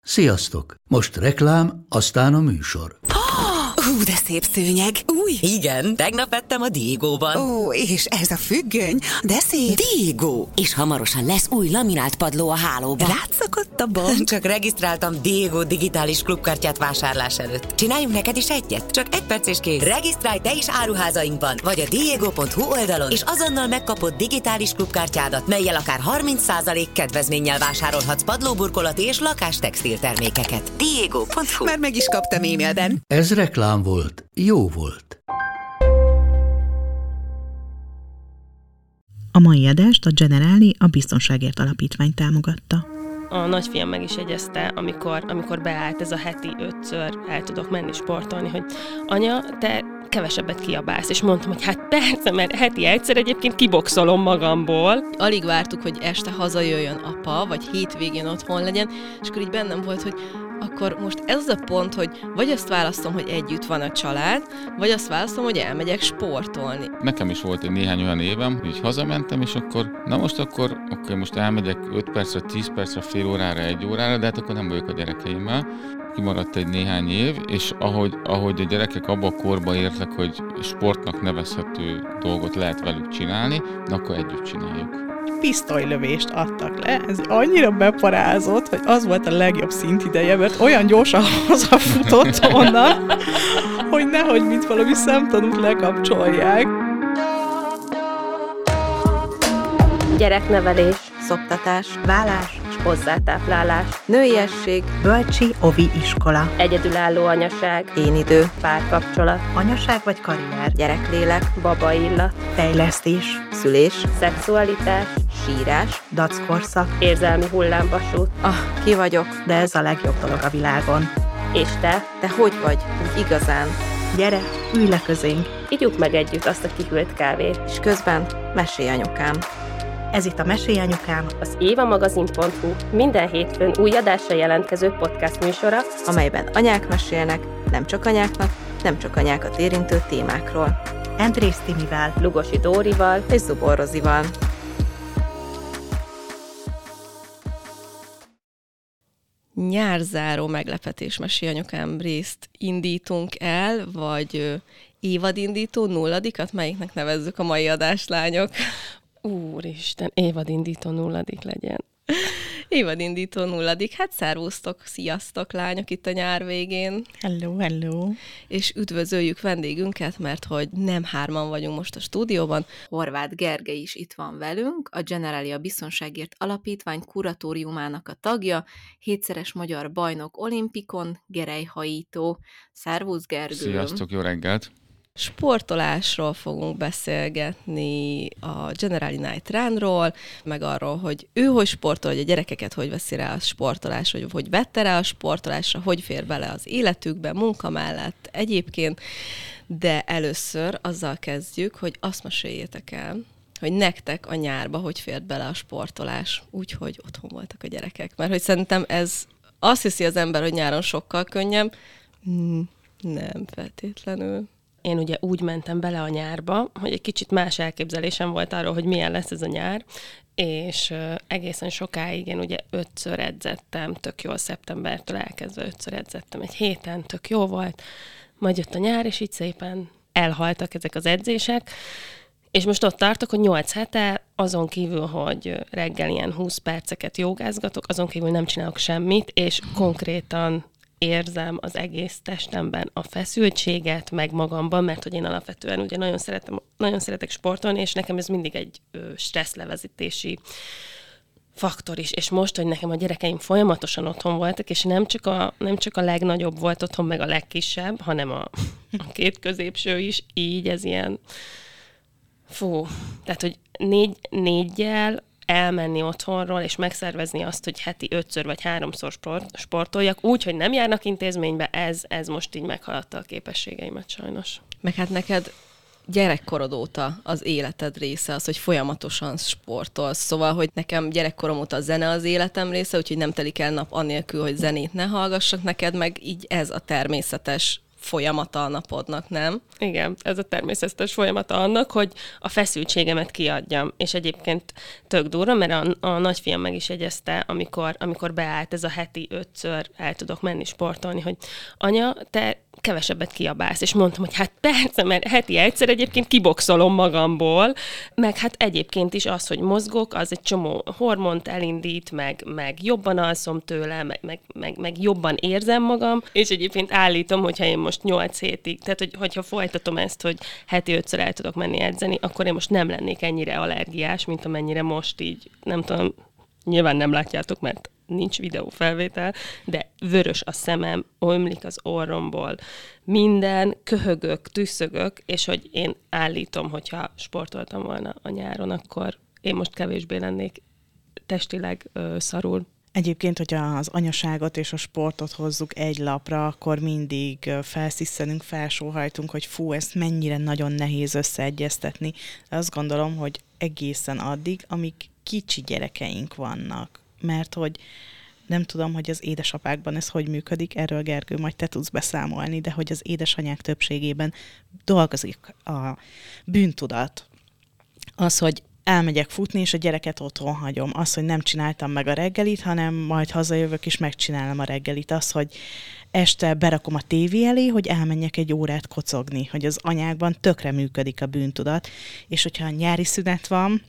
Sziasztok! Most reklám, aztán a műsor. De szép szőnyeg. Új. Igen, tegnap vettem a Diegóban. Ó, és ez a függöny, de szép. Diegó! És hamarosan lesz új laminált padló a hálóban. Rátszakadt a bank. Csak regisztráltam Diegó digitális klubkártyát vásárlás előtt. Csináljunk neked is egyet? Csak 1 perc és kész. Regisztrálj te is áruházainkban, vagy a diego.hu oldalon, és azonnal megkapod digitális klubkártyádat, mellyel akár 30% kedvezménnyel vásárolhatsz padlóburkolati és lakástextil termékeket. Diego.hu. Már meg is kaptam e-mailben. Ez reklám volt, jó volt. A mai adást a Generali a Biztonságért Alapítvány támogatta. A nagyfiam meg is jegyezte, amikor beállt ez a heti 5-ször el tudok menni sportolni, hogy anya, te kevesebbet kiabálsz, és mondtam, hogy hát persze, mert heti egyszer egyébként kiboxolom magamból. Alig vártuk, hogy este hazajöjjön apa, vagy hétvégén otthon legyen, és akkor így bennem volt, hogy akkor most ez az a pont, hogy vagy azt választom, hogy együtt van a család, vagy azt választom, hogy elmegyek sportolni. Nekem is volt egy néhány olyan évem, hogy hazamentem, és akkor most elmegyek 5 percre, 10 percre, fél órára, 1 órára, de hát akkor nem vagyok a gyerekeimmel. Kimaradt egy néhány év, és ahogy a gyerekek abba a korba értek, hogy sportnak nevezhető dolgot lehet velük csinálni, de akkor együtt csináljuk. Pisztolylövést adtak le, ez annyira beparázott, hogy az volt a legjobb szintideje, mert olyan gyorsan hazafutott onnan, hogy nehogy mint valami szemtanút lekapcsolják. Gyereknevelés, szoptatás, vállás, hozzátáplálás, nőiesség, Bölcsi Ovi Iskola. egyedülálló anyaság, énidő, párkapcsolat, Anyaság vagy karrier. gyereklélek, babaillat, Fejlesztés. szülés, szexualitás, sírás. Dackorszak. érzelmi hullámvasút. Ki vagyok? De ez a legjobb dolog a világon. És te, Te hogy vagy? Úgy igazán. Gyere, ülj le közénk. igyuk meg együtt azt a kihűlt kávét. És közben mesélj anyukám. Ez itt a Mesélj Anyukám. Az évamagazin.hu minden hétfőn új adásra jelentkező podcast műsora, Amelyben anyák mesélnek, nem csak anyáknak, nem csak anyákat érintő témákról. Andrész Timivel. Lugosi Dórival, És Zubor Rozival. Nyárzáró meglepetés Mesélj Anyukám részt indítunk el, vagy évadindító nulladikat, melyiknek nevezzük a mai adást, lányok? Úristen, évadindító nulladik legyen. Évadindító nulladik, hát szervusztok, sziasztok lányok itt a nyár végén. Hello, hello. És üdvözöljük vendégünket, mert hogy nem 3 vagyunk most a stúdióban. Horváth Gergely is itt van velünk, a Generali a Biztonságért Alapítvány kuratóriumának a tagja, 7-szeres magyar bajnok olimpikon, gerelyhajító. Szervusz, Gergő! Sziasztok, jó reggelt! Sportolásról fogunk beszélgetni, a Generali Night Runról, meg arról, hogy ő hogy sportol, hogy a gyerekeket hogy veszi rá a sportolás, hogy vette rá a sportolásra, hogy fér bele az életükbe, munka mellett egyébként, de először azzal kezdjük, hogy azt meséljétek el, hogy nektek a nyárba hogy fért bele a sportolás, úgyhogy otthon voltak a gyerekek. Mert hogy szerintem ez azt hiszi az ember, hogy nyáron sokkal könnyebb, nem feltétlenül. Én ugye úgy mentem bele a nyárba, hogy egy kicsit más elképzelésem volt arról, hogy milyen lesz ez a nyár, és egészen sokáig én ugye 5-ször edzettem, tök jól szeptembertől elkezdve 5-ször edzettem egy héten, tök jó volt, majd jött a nyár, és így szépen elhaltak ezek az edzések, és most ott tartok, hogy 8 hete, azon kívül, hogy reggel ilyen 20 perceket jogázgatok, azon kívül nem csinálok semmit, és konkrétan érzem az egész testemben a feszültséget, meg magamban, mert hogy én alapvetően ugye nagyon szeretek sportolni, és nekem ez mindig egy stresszlevezítési faktor is. És most, hogy nekem a gyerekeim folyamatosan otthon voltak, és nem csak a legnagyobb volt otthon, meg a legkisebb, hanem a 2 középső is, így ez ilyen tehát, hogy 4-jel elmenni otthonról, és megszervezni azt, hogy heti 5-ször vagy 3-szor sportoljak, úgy, hogy nem járnak intézménybe, ez most így meghaladta a képességeimet sajnos. Meg hát neked gyerekkorod óta az életed része az, hogy folyamatosan sportolsz. Szóval, hogy nekem gyerekkorom óta a zene az életem része, úgyhogy nem telik el nap annélkül, hogy zenét ne hallgassak, neked meg így ez a természetes folyamata a napodnak, nem? Igen, ez a természetes folyamata annak, hogy a feszültségemet kiadjam. És egyébként tök durva, mert a nagyfiam meg is jegyezte, amikor beállt ez a heti 5-ször el tudok menni sportolni, hogy anya, te kevesebbet kiabálsz. És mondtam, hogy hát persze, mert heti egyszer egyébként kiboxolom magamból, meg hát egyébként is az, hogy mozgok, az egy csomó hormont elindít, meg jobban alszom tőle, meg jobban érzem magam, és egyébként állítom, hogyha én most 8 hétig, tehát hogyha folytatom ezt, hogy heti 5-ször el tudok menni edzeni, akkor én most nem lennék ennyire allergiás, mint amennyire most így, nem tudom, nyilván nem látjátok, mert nincs videófelvétel, de vörös a szemem, ömlik az orromból, minden, köhögök, tüsszögök, és hogy én állítom, hogyha sportoltam volna a nyáron, akkor én most kevésbé lennék testileg szarul. Egyébként, hogyha az anyaságot és a sportot hozzuk egy lapra, akkor mindig felszisszenünk, felsóhajtunk, hogy fú, ezt mennyire nagyon nehéz összeegyeztetni. De azt gondolom, hogy egészen addig, amíg kicsi gyerekeink vannak. Mert hogy nem tudom, hogy az édesapákban ez hogy működik, erről Gergő, majd te tudsz beszámolni, de hogy az édesanyák többségében dolgozik a bűntudat. Az, hogy elmegyek futni, és a gyereket otthon hagyom. Az, hogy nem csináltam meg a reggelit, hanem majd hazajövök, és megcsinálom a reggelit. Az, hogy este berakom a tévé elé, hogy elmenjek egy órát kocogni, hogy az anyákban tökre működik a bűntudat. És hogyha nyári szünet van,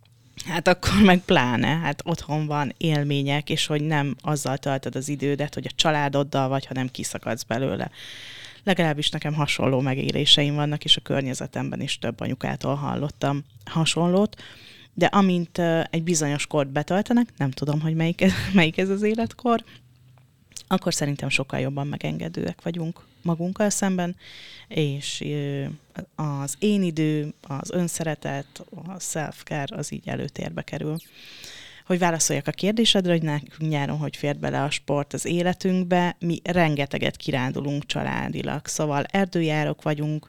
hát akkor meg pláne, hát otthon van élmények, és hogy nem azzal töltöd az idődet, hogy a családoddal vagy, hanem kiszakadsz belőle. Legalábbis nekem hasonló megéléseim vannak, és a környezetemben is több anyukától hallottam hasonlót, de amint egy bizonyos kort betöltenek, nem tudom, hogy melyik ez az életkor, akkor szerintem sokkal jobban megengedőek vagyunk magunkkal szemben, és az én idő, az önszeretet, a self-care az így előtérbe kerül. Hogy válaszoljak a kérdésedre, hogy nekünk nyáron hogy fér bele a sport az életünkbe, mi rengeteget kirándulunk családilag, szóval erdőjárok vagyunk,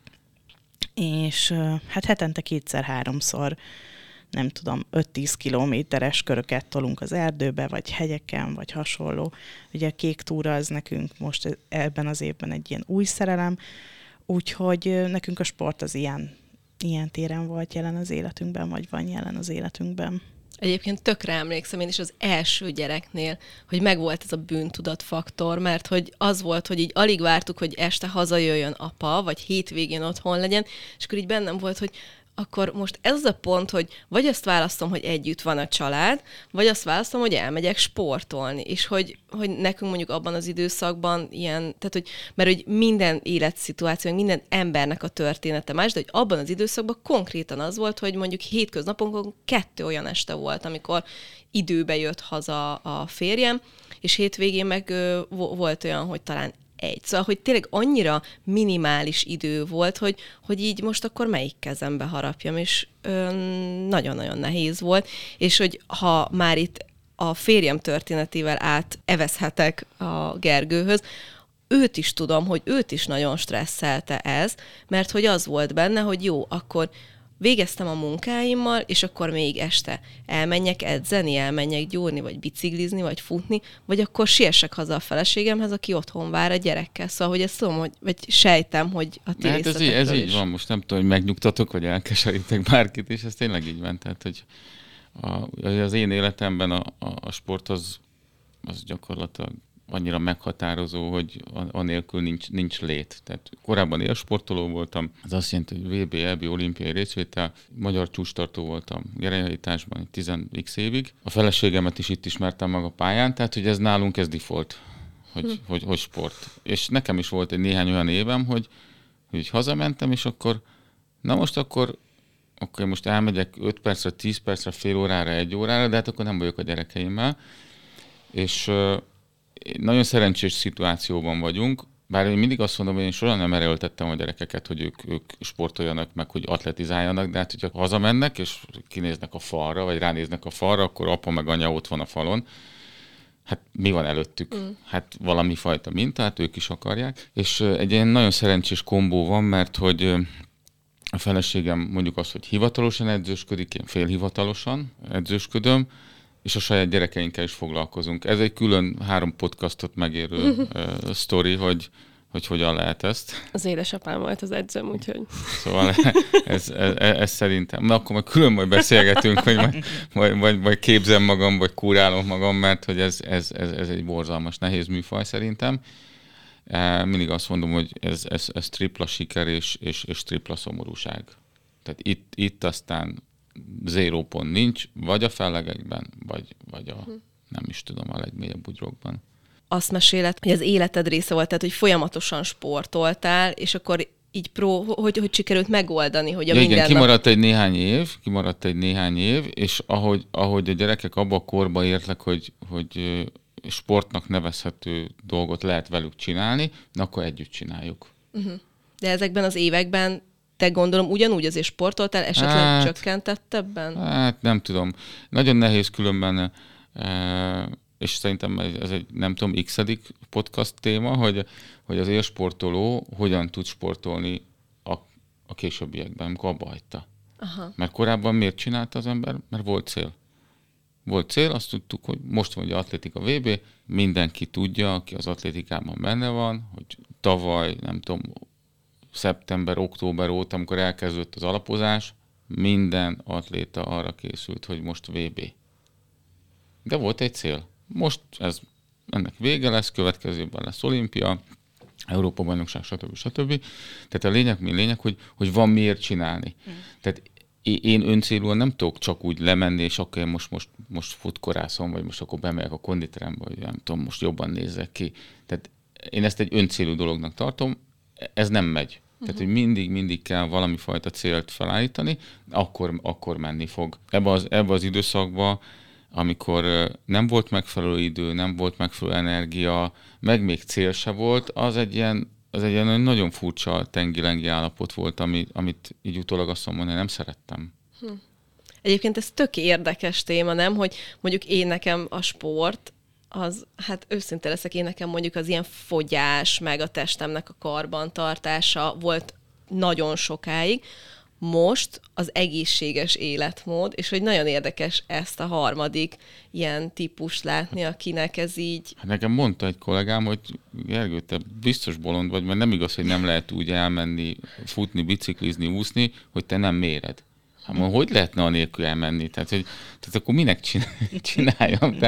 és hát hetente 2-3-szor, nem tudom, 5-10 kilométeres köröket tolunk az erdőbe, vagy hegyeken, vagy hasonló. Ugye a kék túra az nekünk most ebben az évben egy ilyen új szerelem, úgyhogy nekünk a sport az ilyen téren volt jelen az életünkben, vagy van jelen az életünkben. Egyébként tökre emlékszem én is az első gyereknél, hogy megvolt ez a bűntudatfaktor, mert hogy az volt, hogy így alig vártuk, hogy este hazajöjjön apa, vagy hétvégén otthon legyen, és akkor így bennem volt, hogy akkor most ez az a pont, hogy vagy azt választom, hogy együtt van a család, vagy azt választom, hogy elmegyek sportolni. És hogy nekünk mondjuk abban az időszakban ilyen, tehát hogy, mert hogy minden életszituáció, minden embernek a története más, de hogy abban az időszakban konkrétan az volt, hogy mondjuk hétköznaponkon 2 olyan este volt, amikor időbe jött haza a férjem, és hétvégén meg volt olyan, hogy talán 1. Szóval, hogy tényleg annyira minimális idő volt, hogy így most akkor melyik kezembe harapjam, és nagyon-nagyon nehéz volt, és hogy ha már itt a férjem történetével átevezhetek a Gergőhöz, őt is tudom, hogy őt is nagyon stresszelte ez, mert hogy az volt benne, hogy jó, akkor végeztem a munkáimmal, és akkor még este elmenjek edzeni, elmenjek gyúrni, vagy biciklizni, vagy futni, vagy akkor siessek haza a feleségemhez, aki otthon vár a gyerekkel. Szóval, hogy ezt tudom, vagy sejtem, hogy a ti hát ez így van, most nem tudom, hogy megnyugtatok, vagy elkeserítek bárkit, és ez tényleg így van. Tehát, hogy az én életemben a sport az gyakorlatilag annyira meghatározó, hogy anélkül nincs lét. Tehát korábban élsportoló voltam, ez azt jelenti, hogy VB, EB, olimpiai részvétel, magyar csúcstartó voltam Gerelyhajításban 10x évig. A feleségemet is itt ismertem meg a pályán, tehát hogy ez nálunk ez default, hogy sport. És nekem is volt egy néhány olyan évem, hogy hazamentem, és akkor akkor most elmegyek 5 percre, 10 percre, fél órára, 1 órára, de hát akkor nem vagyok a gyerekeimmel. És nagyon szerencsés szituációban vagyunk, bár én mindig azt mondom, hogy én soha nem erőltettem a gyerekeket, hogy ők sportoljanak meg, hogy atletizáljanak, de hát hogyha hazamennek, és kinéznek a falra, vagy ránéznek a falra, akkor apa meg anya ott van a falon. Hát mi van előttük? Hát valami fajta minta, hát ők is akarják. És egy ilyen nagyon szerencsés kombó van, mert hogy a feleségem mondjuk azt, hogy hivatalosan edzősködik, én félhivatalosan edzősködöm, és a saját gyerekeinkkel is foglalkozunk. Ez egy külön 3 podcastot megérő sztori, hogy hogy hogyan lehet ezt. Az édesapám volt az edzőm, úgyhogy... Szóval ez szerintem... Na, akkor majd beszélgetünk, hogy vagy képzem magam, vagy kúrálom magam, mert hogy ez egy borzalmas, nehéz műfaj szerintem. Mindig azt mondom, hogy ez tripla siker és tripla szomorúság. Tehát itt aztán 0 pont nincs, vagy a fellegekben, vagy a nem is tudom, a legmélyebb bugyrokban. Azt meséled, hogy az életed része volt, tehát hogy folyamatosan sportoltál, és akkor így hogy sikerült megoldani, hogy a minden igen, kimaradt egy néhány év, és ahogy a gyerekek abba a korba értek, hogy sportnak nevezhető dolgot lehet velük csinálni, akkor együtt csináljuk. De ezekben az években te gondolom ugyanúgy azért sportoltál, esetleg csökkentettebben? Hát nem tudom. Nagyon nehéz különben, és szerintem ez egy nem tudom, x-edik podcast téma, hogy az élsportoló hogyan tud sportolni a későbbiekben, amikor abba hagyta. Aha. Mert korábban miért csinálta az ember? Mert volt cél. Volt cél, azt tudtuk, hogy most van ugye atlétika VB, mindenki tudja, aki az atlétikában benne van, hogy tavaly, nem tudom, szeptember, október óta, amikor elkezdődött az alapozás, minden atléta arra készült, hogy most VB. De volt egy cél. Most ennek vége lesz, következő évben lesz olimpia, Európa-bajnokság, stb. Tehát a lényeg, hogy van miért csinálni. Tehát én öncélúan nem tudok csak úgy lemenni, és akkor én most futkorászom, vagy most akkor bemegyek a konditerembe, vagy nem tudom, most jobban nézzek ki. Tehát én ezt egy öncélú dolognak tartom, ez nem megy. Tehát, hogy mindig kell valami fajta célt felállítani, akkor menni fog. Ebbe az időszakban, amikor nem volt megfelelő idő, nem volt megfelelő energia, meg még cél se volt, az egy ilyen nagyon furcsa tengi-lengi állapot volt, amit így utólag azt mondom, hogy nem szerettem. Egyébként ez tök érdekes téma, nem? Hogy mondjuk én nekem a sport, az, hát őszinte leszek, én nekem mondjuk az ilyen fogyás, meg a testemnek a karbantartása volt nagyon sokáig. Most az egészséges életmód, és hogy nagyon érdekes ezt a harmadik ilyen típust látni, akinek ez így... Hát nekem mondta egy kollégám, hogy Gergő, te biztos bolond vagy, mert nem igaz, hogy nem lehet úgy elmenni, futni, biciklizni, úszni, hogy te nem méred. Hát hogy lehetne anélkül elmenni? Tehát akkor minek csináljam?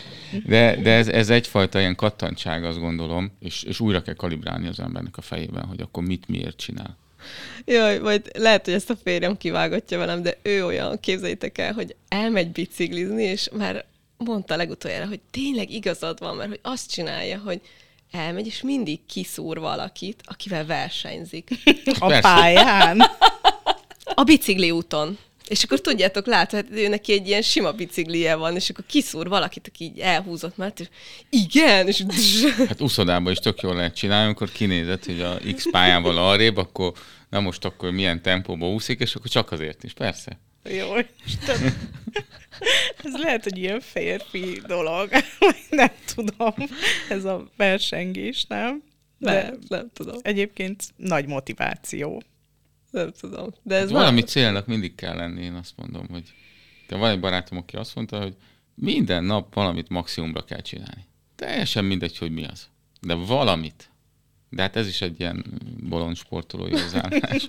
De ez egyfajta ilyen kattantság, azt gondolom, és újra kell kalibrálni az embernek a fejében, hogy akkor miért csinál. Jaj, majd lehet, hogy ezt a férjem kivágatja velem, de ő olyan, képzeljétek el, hogy elmegy biciklizni, és már mondta legutoljára, hogy tényleg igazad van, mert hogy azt csinálja, hogy elmegy, és mindig kiszúr valakit, akivel versenyzik. A pályán? A bicikli úton. És akkor tudjátok, látod, ő neki egy ilyen sima biciklije van, és akkor kiszúr valakit, aki így elhúzott már, és igen, és... Hát úszodában is tök jól lehet csinálni, amikor kinézed, hogy a X pályával arrébb, akkor na most akkor milyen tempóban úszik, és akkor csak azért is, persze. Jó, Isten. Ez lehet, hogy ilyen férfi dolog. Nem tudom. Ez a versengés, nem? Nem tudom. Egyébként nagy motiváció. Nem tudom. De ez valami célnak mindig kell lenni, én azt mondom, hogy... De van egy barátom, aki azt mondta, hogy minden nap valamit maximumra kell csinálni. Teljesen mindegy, hogy mi az. De valamit. De hát ez is egy ilyen bolond sportolói hozzáállás.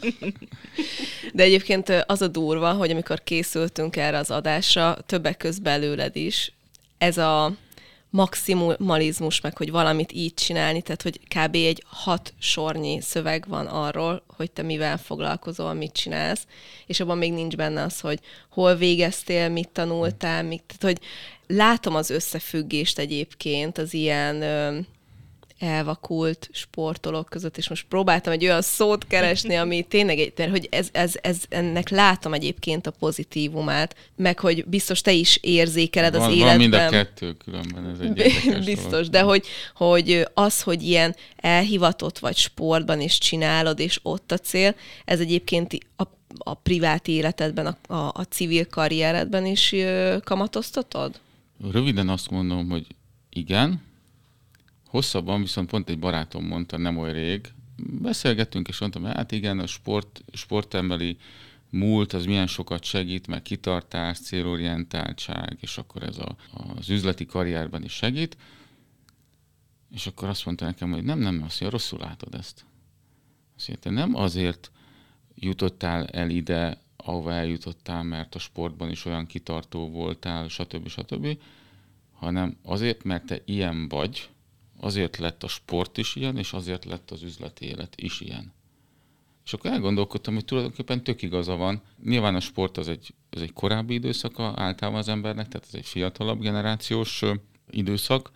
De egyébként az a durva, hogy amikor készültünk erre az adásra, többek között belőled is, ez a maximalizmus, meg hogy valamit így csinálni, tehát hogy kb. Egy 6 sornyi szöveg van arról, hogy te mivel foglalkozol, mit csinálsz, és abban még nincs benne az, hogy hol végeztél, mit tanultál, tehát hogy látom az összefüggést egyébként az ilyen elvakult sportolók között, és most próbáltam egy olyan szót keresni, ami tényleg, mert hogy ennek látom egyébként a pozitívumát, meg hogy biztos te is érzékeled az életben. Van mind a kettő különben, ez egy érdekes biztos, de hogy az, hogy ilyen elhivatott vagy sportban is csinálod, és ott a cél, ez egyébként a privát életedben, a civil karrieredben is kamatoztatod? Röviden azt mondom, hogy igen. Hosszabban viszont pont egy barátom mondta nem olyan rég, beszélgettünk, és mondtam, hát igen, a sportembeli múlt, az milyen sokat segít, meg kitartás, célorientáltság, és akkor ez az üzleti karrierben is segít. És akkor azt mondta nekem, hogy nem, azt mondja, rosszul látod ezt. Azt mondja, te nem azért jutottál el ide, ahova eljutottál, mert a sportban is olyan kitartó voltál, stb., hanem azért, mert te ilyen vagy, azért lett a sport is ilyen, és azért lett az üzleti élet is ilyen. És akkor elgondolkodtam, hogy tulajdonképpen tök igaza van. Nyilván a sport az egy korábbi időszaka általában az embernek, tehát ez egy fiatalabb generációs időszak,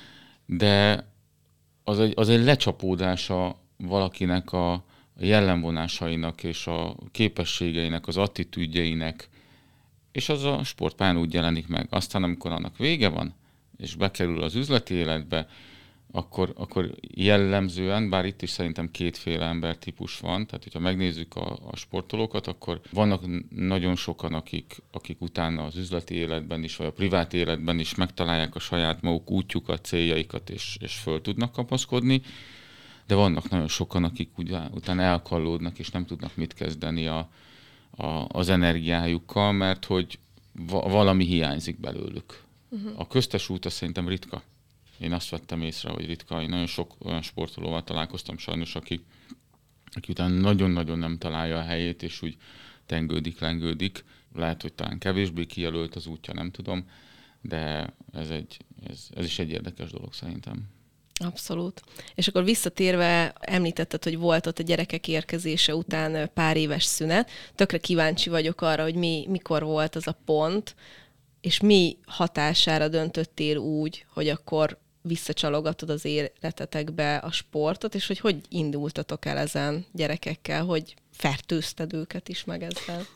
de az egy lecsapódása valakinek a jellemvonásainak és a képességeinek, az attitűdjeinek, és az a sportpályán úgy jelenik meg. Aztán, amikor annak vége van, és bekerül az üzleti életbe, akkor jellemzően, bár itt is szerintem kétféle embertípus van, tehát hogyha megnézzük a sportolókat, akkor vannak nagyon sokan, akik utána az üzleti életben is, vagy a privát életben is megtalálják a saját maguk útjukat, céljaikat, és föl tudnak kapaszkodni, de vannak nagyon sokan, akik utána elkallódnak, és nem tudnak mit kezdeni az energiájukkal, mert hogy valami hiányzik belőlük. A köztes út az szerintem ritka. Én azt vettem észre, hogy ritka. Én nagyon sok olyan sportolóval találkoztam sajnos, aki utána nagyon-nagyon nem találja a helyét, és úgy tengődik. Lehet, hogy talán kevésbé kijelölt az útja, nem tudom, de ez is egy érdekes dolog szerintem. Abszolút. És akkor visszatérve, említetted, hogy volt ott a gyerekek érkezése után pár éves szünet. Tökre kíváncsi vagyok arra, hogy mikor volt az a pont, és mi hatására döntöttél úgy, hogy akkor visszacsalogatod az életetekbe a sportot, és hogy indultatok el ezen gyerekekkel, hogy fertőzted őket is meg ezzel?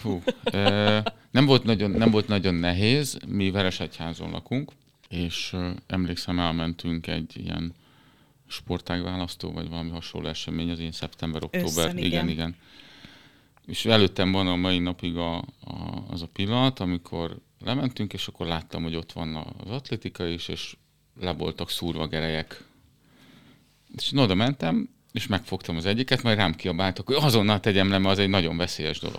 Nem volt nagyon nehéz, mi Veresegyházon lakunk, és emlékszem, elmentünk egy ilyen sportágválasztó, vagy valami hasonló esemény, az ilyen szeptember-október. Igen. És előttem van a mai napig az a pillanat, amikor lementünk, és akkor láttam, hogy ott van az atlétika is, és le voltak szúrva gerelyek. És oda mentem, és megfogtam az egyiket, majd rám kiabáltak, hogy azonnal tegyem le, mert az egy nagyon veszélyes dolog.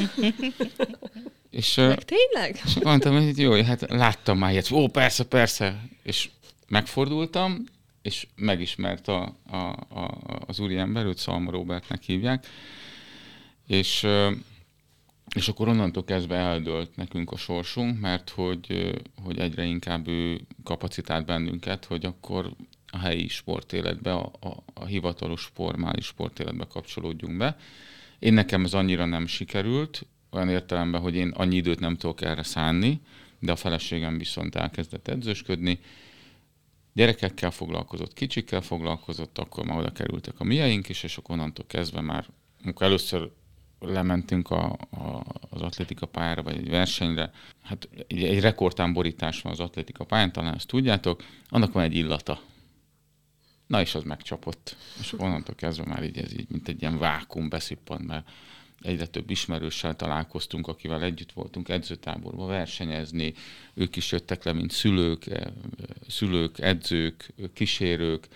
És, meg tényleg? És mondtam, hogy jó, hát láttam már ilyet. Ó, persze. És megfordultam, és megismert az úriember, őt Szalma Róbertnek hívják, és akkor onnantól kezdve eldőlt nekünk a sorsunk, mert hogy egyre inkább ő kapacitált bennünket, hogy akkor a helyi sportéletbe, a hivatalos formális sportéletbe kapcsolódjunk be. Én nekem ez annyira nem sikerült, olyan értelemben, hogy én annyi időt nem tudok erre szánni, de a feleségem viszont elkezdett edzősködni. Gyerekekkel foglalkozott, kicsikkel foglalkozott, akkor már oda kerültek a mieink is, és akkor onnantól kezdve már, amikor először lementünk az atlétika pályára, vagy egy versenyre, hát egy rekordtámborítás van az atlétika pályán, talán ezt tudjátok, annak van egy illata. Na és az megcsapott. És onnantól kezdve már ez így, mint egy ilyen vákum beszippant, mert egyre több ismerőssel találkoztunk, akivel együtt voltunk edzőtáborba versenyezni, ők is jöttek le, mint szülők, edzők, kísérők,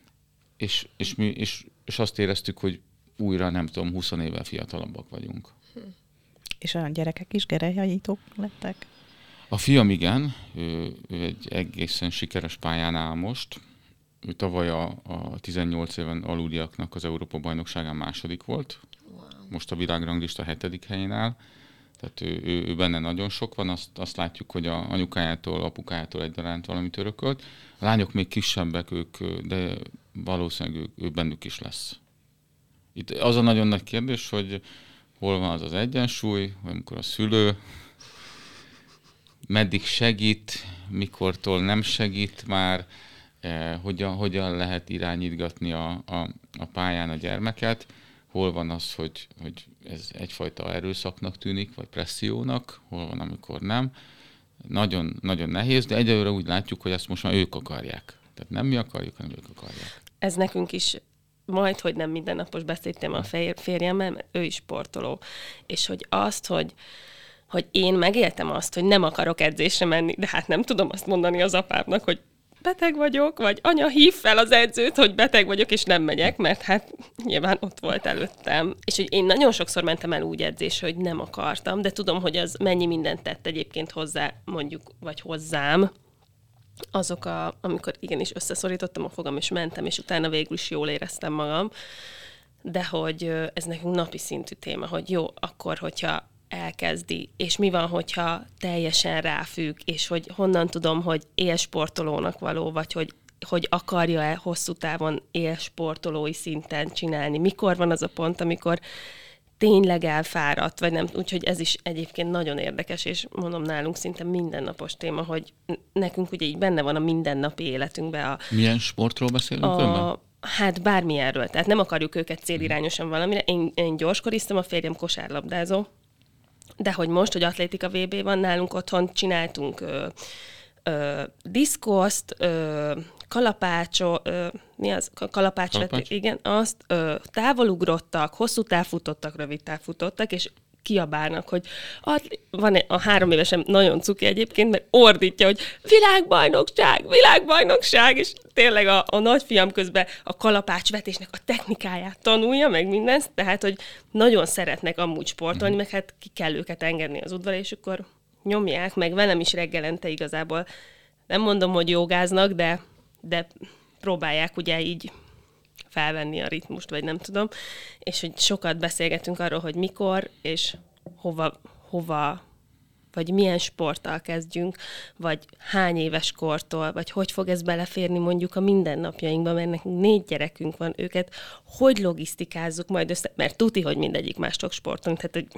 és azt éreztük, hogy újra, nem tudom, 20 évvel fiatalabbak vagyunk. És a gyerekek is gerelyhajítók lettek? A fiam igen, ő egy egészen sikeres pályán áll most. Ő tavaly a 18 éven aluliaknak az Európa-bajnokságán második volt. Wow. Most a világranglista 7. helyén áll. Tehát ő benne nagyon sok van. Azt látjuk, hogy a anyukájától, apukájától egyaránt valamit örökölt. A lányok még kisebbek, de valószínűleg ő bennük is lesz. Itt az a nagyon nagy kérdés, hogy hol van az egyensúly, amikor a szülő meddig segít, mikortól nem segít már, hogyan lehet irányítgatni a pályán a gyermeket, hol van az, hogy ez egyfajta erőszaknak tűnik, vagy pressziónak, hol van, amikor nem. Nagyon, nagyon nehéz, de egyelőre úgy látjuk, hogy ezt most már ők akarják. Tehát nem mi akarjuk, hanem ők akarják. Ez nekünk is majdhogy nem mindennapos beszéltem a férjemmel, mert ő is sportoló. És hogy azt, hogy én megéltem azt, hogy nem akarok edzésre menni, de hát nem tudom azt mondani az apámnak, hogy beteg vagyok, vagy anya, hív fel az edzőt, hogy beteg vagyok, és nem megyek, mert hát nyilván ott volt előttem. És hogy én nagyon sokszor mentem el úgy edzésre, hogy nem akartam, de tudom, hogy az mennyi mindent tett egyébként hozzá, mondjuk, vagy hozzám, azok, amikor igenis összeszorítottam a fogam, és mentem, és utána végül is jól éreztem magam, de hogy ez nekünk napi szintű téma, hogy jó, akkor, hogyha elkezdi, és mi van, hogyha teljesen ráfügg, és hogy honnan tudom, hogy élsportolónak való, vagy hogy akarja-e hosszú távon élsportolói szinten csinálni. Mikor van az a pont, amikor tényleg elfáradt, vagy nem, úgyhogy ez is egyébként nagyon érdekes, és mondom, nálunk szinte mindennapos téma, hogy nekünk ugye így benne van a mindennapi életünkben Milyen sportról beszélünk önben? Hát bármilyenről, tehát nem akarjuk őket célirányosan valamire. Én gyorskoriztam, a férjem kosárlabdázó, de hogy most, hogy atlétika VB van, nálunk otthon csináltunk diszkoszt, kalapácsvetés, igen, azt távolugrottak, hosszú távfutottak, rövid távfutottak, és kiabálnak, hogy van a 3 évesem nagyon cuki egyébként, mert ordítja, hogy világbajnokság, és tényleg a nagyfiam közben a kalapácsvetésnek a technikáját tanulja, meg mindent, tehát, hogy nagyon szeretnek amúgy sportolni, meg hát ki kell őket engedni az udvarra, és akkor nyomják, meg velem is reggelente igazából. Nem mondom, hogy jogáznak, de próbálják ugye így felvenni a ritmust, vagy nem tudom, és hogy sokat beszélgetünk arról, hogy mikor, és hova, vagy milyen sporttal kezdjünk, vagy hány éves kortól, vagy hogy fog ez beleférni mondjuk a mindennapjainkba, mert nekünk 4 gyerekünk van, őket hogy logisztikázzuk majd össze, mert tuti, hogy mindegyik más sok sportunk, tehát hogy...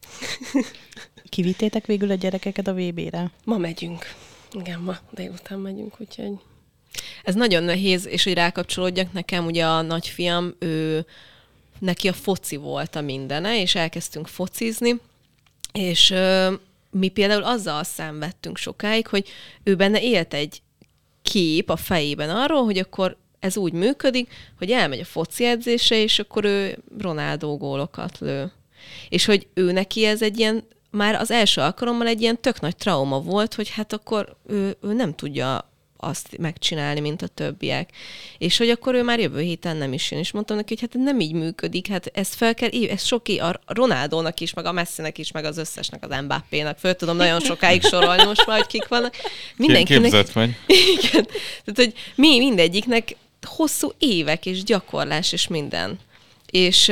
Kivittétek végül a gyerekeket a VB-re? Ma megyünk. Igen, ma délután megyünk, úgyhogy... Ez nagyon nehéz, és hogy rákapcsolódjak, nekem ugye a nagyfiam, neki a foci volt a mindene, és elkezdtünk focizni, és mi például azzal szenvedtünk sokáig, hogy ő benne élt egy kép a fejében arról, hogy akkor ez úgy működik, hogy elmegy a foci edzésre, és akkor ő Ronaldo gólokat lő. És hogy ő neki ez egy ilyen, már az első alkalommal egy ilyen tök nagy trauma volt, hogy hát akkor ő nem tudja azt megcsinálni, mint a többiek. És hogy akkor ő már jövő héten nem is jön. És mondtam neki, hogy hát nem így működik, hát ezt fel kell, ez soké a Ronaldónak is, meg a Messinek is, meg az összesnek, az Mbappénak. Föl tudom nagyon sokáig sorolni most már, hogy kik vannak. Mindenkinek... Képzett vagy. Igen. Tehát, hogy mindegyiknek hosszú évek és gyakorlás és minden. És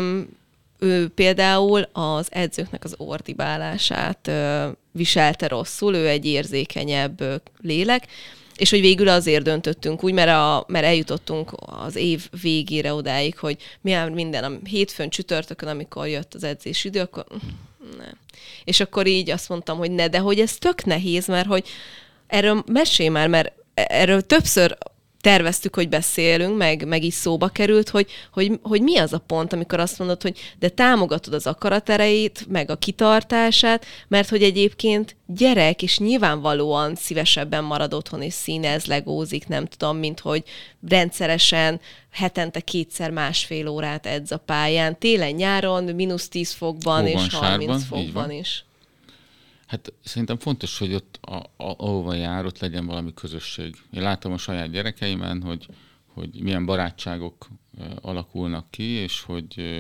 ő például az edzőknek az ordibálását viselte rosszul, ő egy érzékenyebb lélek, és hogy végül azért döntöttünk úgy, mert eljutottunk az év végére odáig, hogy minden a hétfőn, csütörtökön, amikor jött az edzés idő, akkor nem. És akkor így azt mondtam, hogy ne, de hogy ez tök nehéz, mert hogy erről mesélj már, mert erről többször terveztük, hogy beszélünk, meg is szóba került, hogy mi az a pont, amikor azt mondod, hogy de támogatod az akaratereit, meg a kitartását, mert hogy egyébként gyerek, és nyilvánvalóan szívesebben marad otthon, és színez, legózik, nem tudom, mint hogy rendszeresen hetente 2-szer 1,5 órát edz a pályán, télen-nyáron, -10 fokban és 30 fokban is. Hát szerintem fontos, hogy ott, ahova jár, ott legyen valami közösség. Én látom a saját gyerekeimen, hogy milyen barátságok alakulnak ki, és hogy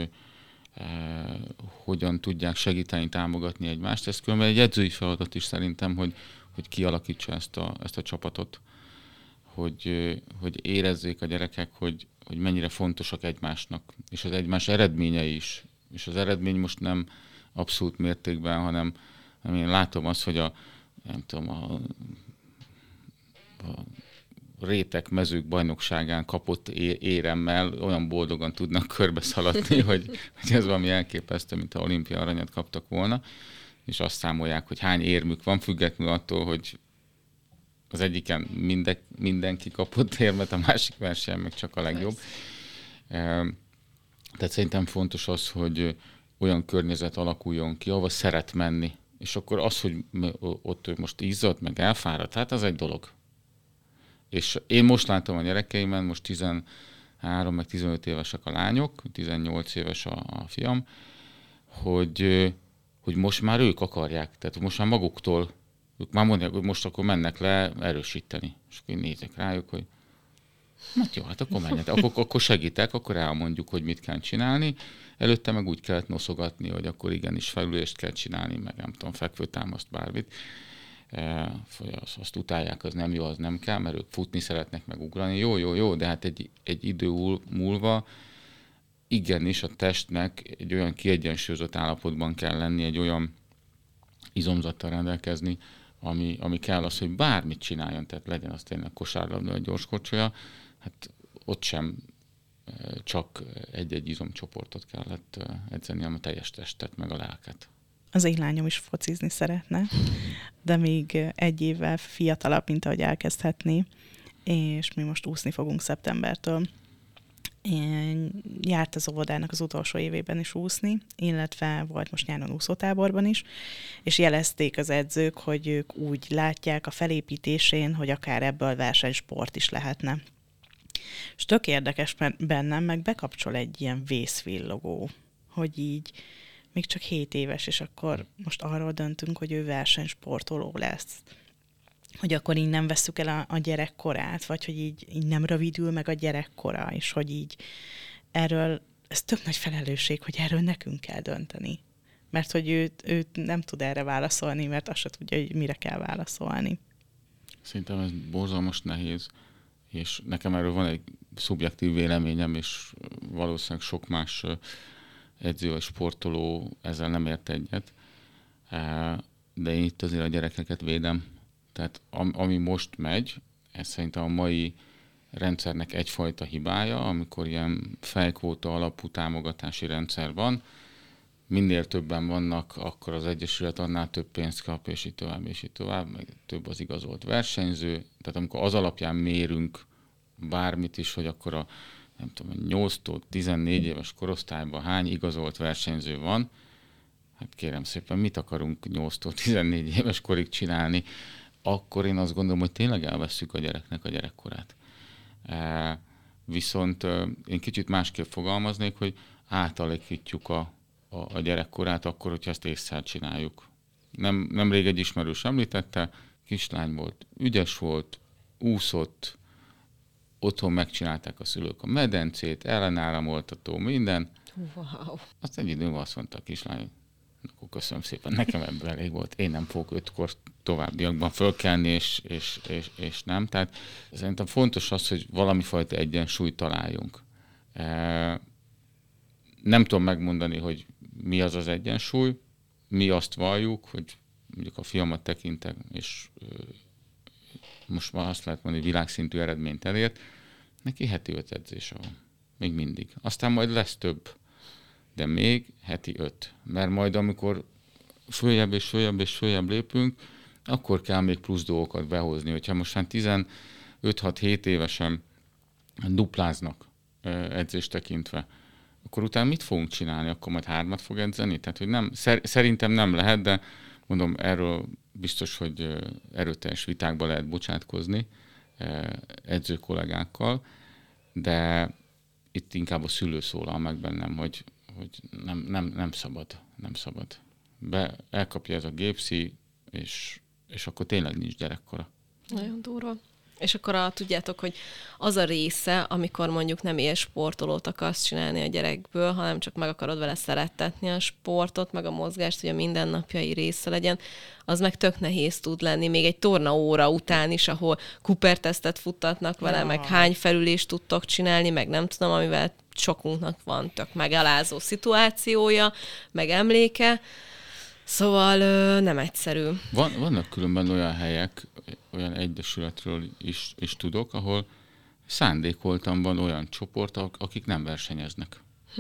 hogyan tudják segíteni, támogatni egymást. Ez különben egy edzői feladat is szerintem, hogy kialakítsa ezt a csapatot, hogy érezzék a gyerekek, hogy mennyire fontosak egymásnak, és az egymás eredményei is. És az eredmény most nem abszolút mértékben, hanem én látom azt, hogy a rétek mezők bajnokságán kapott éremmel olyan boldogan tudnak körbeszaladni, hogy ez valami elképesztő, mint ha olimpia aranyat kaptak volna, és azt számolják, hogy hány érmük van, függetlenül attól, hogy az egyiken mindenki kapott érmet, a másik versenyen meg csak a legjobb. Tehát szerintem fontos az, hogy olyan környezet alakuljon ki, ahova szeret menni. És akkor az, hogy ott most izzadt, meg elfáradt, hát az egy dolog. És én most látom a gyerekeimen, most 13 meg 15 évesek a lányok, 18 éves a fiam, hogy most már ők akarják, tehát most már maguktól, ők már mondják, hogy most akkor mennek le erősíteni. És akkor én nézek rájuk, hogy hát jó, hát akkor menjetek, akkor segítek, akkor elmondjuk, hogy mit kell csinálni. Előtte meg úgy kellett noszogatni, hogy akkor igenis felülést kell csinálni, meg nem tudom, fekvőtámaszt, bármit. azt utálják, az nem jó, az nem kell, mert ők futni szeretnek, meg ugrani. Jó, de hát egy idő múlva igenis a testnek egy olyan kiegyensúlyozott állapotban kell lenni, egy olyan izomzattal rendelkezni, ami kell az, hogy bármit csináljon, tehát legyen az tényleg kosárlabda, vagy gyorskocsolya, hát ott sem csak egy-egy izomcsoportot kellett edzeni, hanem a teljes testet, meg a lelket. Az én lányom is focizni szeretne, de még 1 évvel fiatalabb, mint ahogy elkezdhetné, és mi most úszni fogunk szeptembertől. Én járt az óvodának az utolsó évében is úszni, illetve volt most nyáron úszótáborban is, és jelezték az edzők, hogy ők úgy látják a felépítésén, hogy akár ebből versenysport is lehetne. És tök érdekes bennem, meg bekapcsol egy ilyen vészvillogó, hogy így még csak 7 éves, és akkor most arról döntünk, hogy ő versenysportoló lesz. Hogy akkor így nem vesszük el a gyerekkorát, vagy hogy így nem rövidül meg a gyerekkora, és hogy így erről, ez tök nagy felelősség, hogy erről nekünk kell dönteni. Mert hogy őt nem tud erre válaszolni, mert azt se tudja, hogy mire kell válaszolni. Szerintem ez borzalmas nehéz, és nekem erről van egy szubjektív véleményem, és valószínűleg sok más edző vagy sportoló ezzel nem ért egyet, de én itt azért a gyerekeket védem. Tehát ami most megy, ez szerintem a mai rendszernek egyfajta hibája, amikor ilyen fejkvóta alapú támogatási rendszer van, minél többen vannak, akkor az egyesület annál több pénzt kap, és így tovább, meg több az igazolt versenyző. Tehát amikor az alapján mérünk bármit is, hogy akkor a 8-tól 14 éves korosztályban hány igazolt versenyző van, hát kérem szépen, mit akarunk 8-tól 14 éves korig csinálni, akkor én azt gondolom, hogy tényleg elvesszük a gyereknek a gyerekkorát. Viszont én kicsit másképp fogalmaznék, hogy átalakítjuk a gyerekkorát akkor, hogyha ezt ésszel csináljuk. Nemrég egy ismerős említette, kislány volt, ügyes volt, úszott, otthon megcsinálták a szülők a medencét, ellenáramoltató, minden. Wow. Azt egy időben azt mondta a kislány, akkor köszönöm szépen, nekem ebből elég volt. Én nem fogok 5-kor továbbiakban fölkelni, és nem. Tehát szerintem fontos az, hogy valami fajta egyensúlyt találjunk. Nem tudom megmondani, hogy mi az az egyensúly. Mi azt valljuk, hogy mondjuk a fiamat tekintem, és most már azt lehet mondani, hogy világszintű eredményt elért, neki heti 5 edzése van. Még mindig. Aztán majd lesz több, de még heti 5. Mert majd amikor följebb lépünk, akkor kell még plusz dolgokat behozni. Hogyha most már 15-6-7 évesen dupláznak edzést tekintve, akkor utána mit fogunk csinálni? Akkor majd 3 fog edzeni? Tehát, hogy nem, szerintem nem lehet, de mondom, erről biztos, hogy erőteljes vitákba lehet bocsátkozni edző kollégákkal, de itt inkább a szülő szólal meg bennem, hogy nem szabad. Elkapja ez a gépszi, és akkor tényleg nincs gyerekkora. Nagyon durva. És akkor tudjátok, hogy az a része, amikor mondjuk nem élsportolót akarsz csinálni a gyerekből, hanem csak meg akarod vele szerettetni a sportot, meg a mozgást, hogy a mindennapjai része legyen, az meg tök nehéz tud lenni, még egy tornaóra után is, ahol Cooper-tesztet futtatnak vele, meg hány felülést tudtok csinálni, meg nem tudom, amivel sokunknak van tök megalázó szituációja, meg emléke. Szóval nem egyszerű. Vannak különben olyan helyek, olyan egyesületről is tudok, ahol szándékoltan van olyan csoport, akik nem versenyeznek.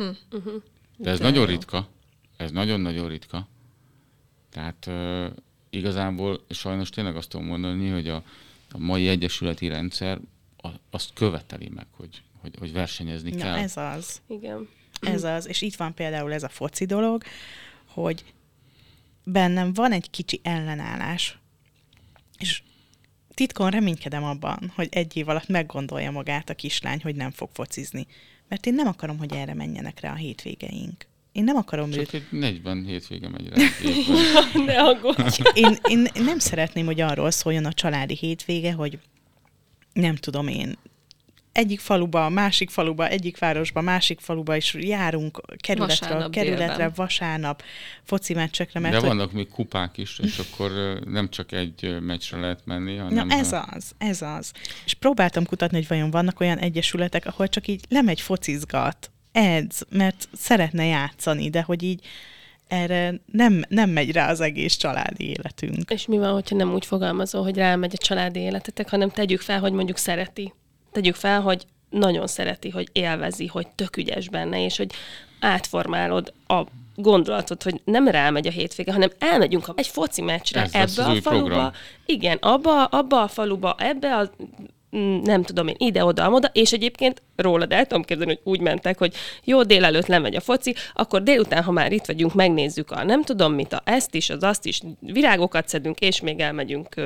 De ez nagyon ritka. Ez nagyon-nagyon ritka. Tehát igazából sajnos tényleg azt tudom mondani, hogy a mai egyesületi rendszer azt követeli meg, hogy versenyezni kell. Ez az. Igen. Ez az. És itt van például ez a foci dolog, hogy bennem van egy kicsi ellenállás, és titkon reménykedem abban, hogy 1 év alatt meggondolja magát a kislány, hogy nem fog focizni. Mert én nem akarom, hogy erre menjenek rá a hétvégeink. Én nem akarom csak őt... egy 40 hétvége megy rá. Ne aggódj! Én nem szeretném, hogy arról szóljon a családi hétvége, hogy nem tudom én, egyik faluba, másik faluba, egyik városba, másik faluba is járunk kerületre, vasárnap foci meccsekre. Mert de vannak még kupák is, és akkor nem csak egy meccsre lehet menni, hanem... Na ez az. És próbáltam kutatni, hogy vajon vannak olyan egyesületek, ahol csak így lemegy focizgat, edz, mert szeretne játszani, de hogy így erre nem megy rá az egész családi életünk. És mi van, hogyha nem úgy fogalmazol, hogy rámegy a családi életetek, hanem tegyük fel, hogy mondjuk szereti. Tegyük fel, hogy nagyon szereti, hogy élvezi, hogy tök ügyes benne, és hogy átformálod a gondolatot, hogy nem rámegy a hétvége, hanem elmegyünk egy foci meccsre ebbe a faluba. Program. Igen, abba a faluba, ebbe a nem tudom én, ide-oda, és egyébként rólad el tudom képzelni, hogy úgy mentek, hogy jó, délelőtt lemegy a foci, akkor délután, ha már itt vagyunk, megnézzük a nem tudom mit, ezt is, az azt is, virágokat szedünk, és még elmegyünk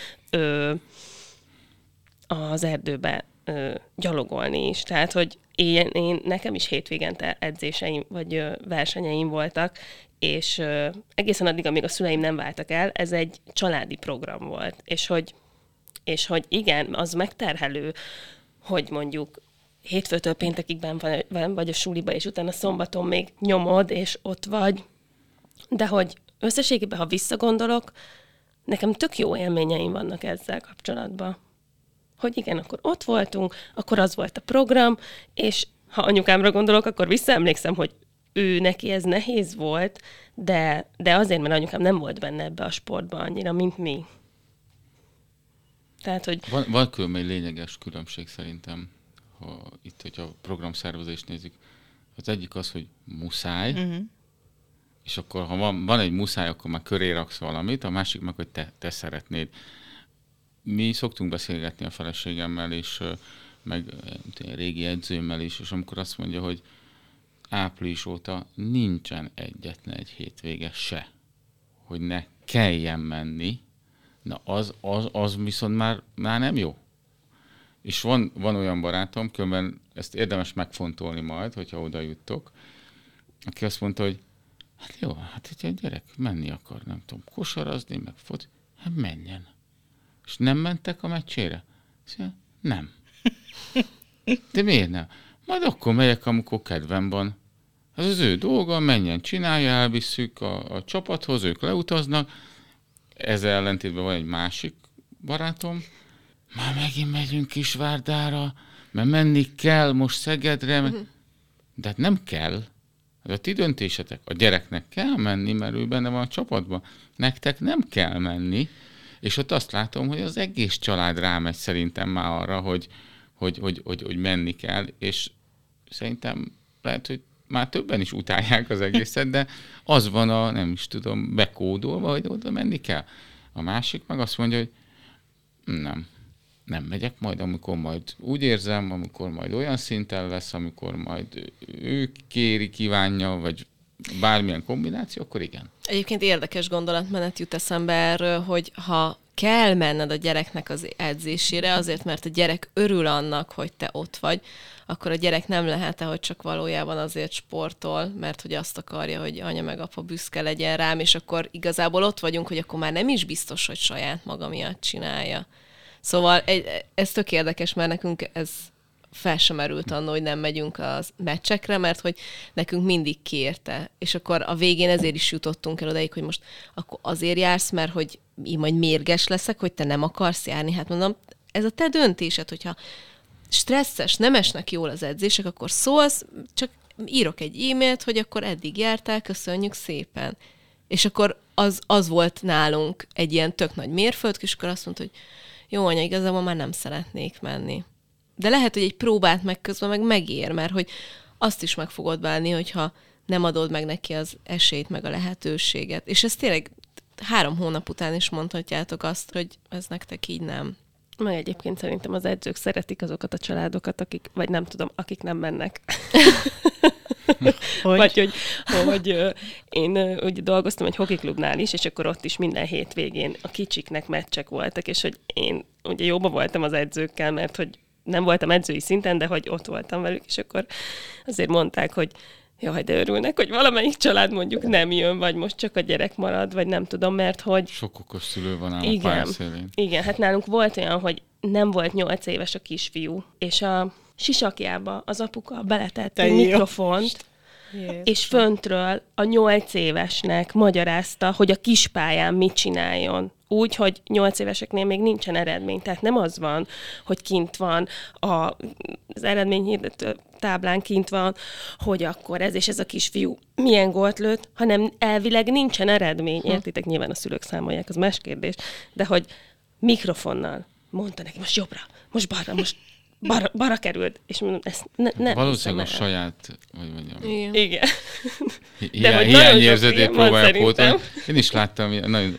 az erdőbe gyalogolni is. Tehát, hogy én nekem is hétvégente edzéseim, vagy versenyeim voltak, és egészen addig, amíg a szüleim nem váltak el, ez egy családi program volt. És hogy igen, az megterhelő, hogy mondjuk hétfőtől péntekig benn vagy a suliba, és utána szombaton még nyomod, és ott vagy. De hogy összességében, ha visszagondolok, nekem tök jó élményeim vannak ezzel kapcsolatban. Hogy igen, akkor ott voltunk, akkor az volt a program, és ha anyukámra gondolok, akkor visszaemlékszem, hogy neki ez nehéz volt, de azért, mert anyukám nem volt benne ebbe a sportba annyira, mint mi. Tehát, hogy... Van különben egy lényeges különbség szerintem, hogyha a programszervezést nézzük. Az egyik az, hogy muszáj, és akkor ha van egy muszáj, akkor már köré raksz valamit, a másik meg, hogy te szeretnéd. Mi szoktunk beszélgetni a feleségemmel, és meg régi edzőmmel is, és amikor azt mondja, hogy április óta nincsen egyetlen egy hétvége se, hogy ne kelljen menni, na az viszont már nem jó. És van olyan barátom, különben ezt érdemes megfontolni majd, hogyha oda juttok, aki azt mondta, hogy hát jó, hát hogyha egy gyerek menni akar, nem tudom, kosarazni, meg foci, hát menjen. És nem mentek a meccsére? Szóval, nem. De miért nem? Majd akkor megyek, amikor kedvem van. Ez az ő dolga, menjen, csinálja, elvisszük a csapathoz, ők leutaznak. Ezzel ellentétben van egy másik barátom. Már megint megyünk Kisvárdára, mert menni kell most Szegedre. De hát nem kell. Ez a ti döntésetek. A gyereknek kell menni, mert ő benne van a csapatban. Nektek nem kell menni. És ott azt látom, hogy az egész család rámegy szerintem már arra, hogy menni kell, és szerintem lehet, hogy már többen is utálják az egészet, de az van nem is tudom, bekódolva, hogy oda menni kell. A másik meg azt mondja, hogy nem megyek majd, amikor majd úgy érzem, amikor majd olyan szinten lesz, amikor majd ő kéri, kívánja, vagy bármilyen kombináció, akkor igen. Egyébként érdekes gondolatmenet jut eszembe erről, hogy ha kell menned a gyereknek az edzésére, azért, mert a gyerek örül annak, hogy te ott vagy, akkor a gyerek nem lehet, hogy csak valójában azért sportol, mert hogy azt akarja, hogy anya meg apa büszke legyen rám, és akkor igazából ott vagyunk, hogy akkor már nem is biztos, hogy saját maga miatt csinálja. Szóval ez tök érdekes, mert nekünk ez fel sem merült annól, hogy nem megyünk a meccsekre, mert hogy nekünk mindig kérte. És akkor a végén ezért is jutottunk el odaig, hogy most akkor azért jársz, mert hogy én majd mérges leszek, hogy te nem akarsz járni. Hát mondom, ez a te döntésed, hogyha stresszes, nem esnek jól az edzések, akkor szólsz, csak írok egy e-mailt, hogy akkor eddig jártál, köszönjük szépen. És akkor az volt nálunk egy ilyen tök nagy mérföld, és akkor azt mondta, hogy jó anya, igazából már nem szeretnék menni. De lehet, hogy egy próbát meg közben meg megér, mert hogy azt is meg fogod bánni, hogyha nem adod meg neki az esélyt, meg a lehetőséget. És ez tényleg 3 hónap után is mondhatjátok azt, hogy ez nektek így nem. Meg egyébként szerintem az edzők szeretik azokat a családokat, akik nem mennek. Vagy hogy én ugye dolgoztam egy hokiklubnál is, és akkor ott is minden hétvégén a kicsiknek meccsek voltak, és hogy én ugye jóba voltam az edzőkkel, mert hogy nem voltam edzői szinten, de hogy ott voltam velük, és akkor azért mondták, hogy jaj, de örülnek, hogy valamelyik család mondjuk nem jön, vagy most csak a gyerek marad, vagy nem tudom, mert hogy... Sok okos szülő van a pályaszélén. Igen, hát nálunk volt olyan, hogy nem volt 8 éves a kisfiú, és a sisakjába az apuka beletett egy mikrofont, és föntről a 8 évesnek magyarázta, hogy a kispályán mit csináljon. Úgy, hogy 8 éveseknél még nincsen eredmény. Tehát nem az van, hogy kint van az eredményhirdető táblán kint van, hogy akkor ez és ez a kisfiú milyen gólt lőtt, hanem elvileg nincsen eredmény. Értitek, nyilván a szülők számolják, az más kérdés, de hogy mikrofonnal mondta neki, most jobbra, most balra, most balra került, és mondom, ezt nem valószínűleg a saját, vagy mondjam, igen. Hiányérzetét próbálja pótolni. Én is láttam,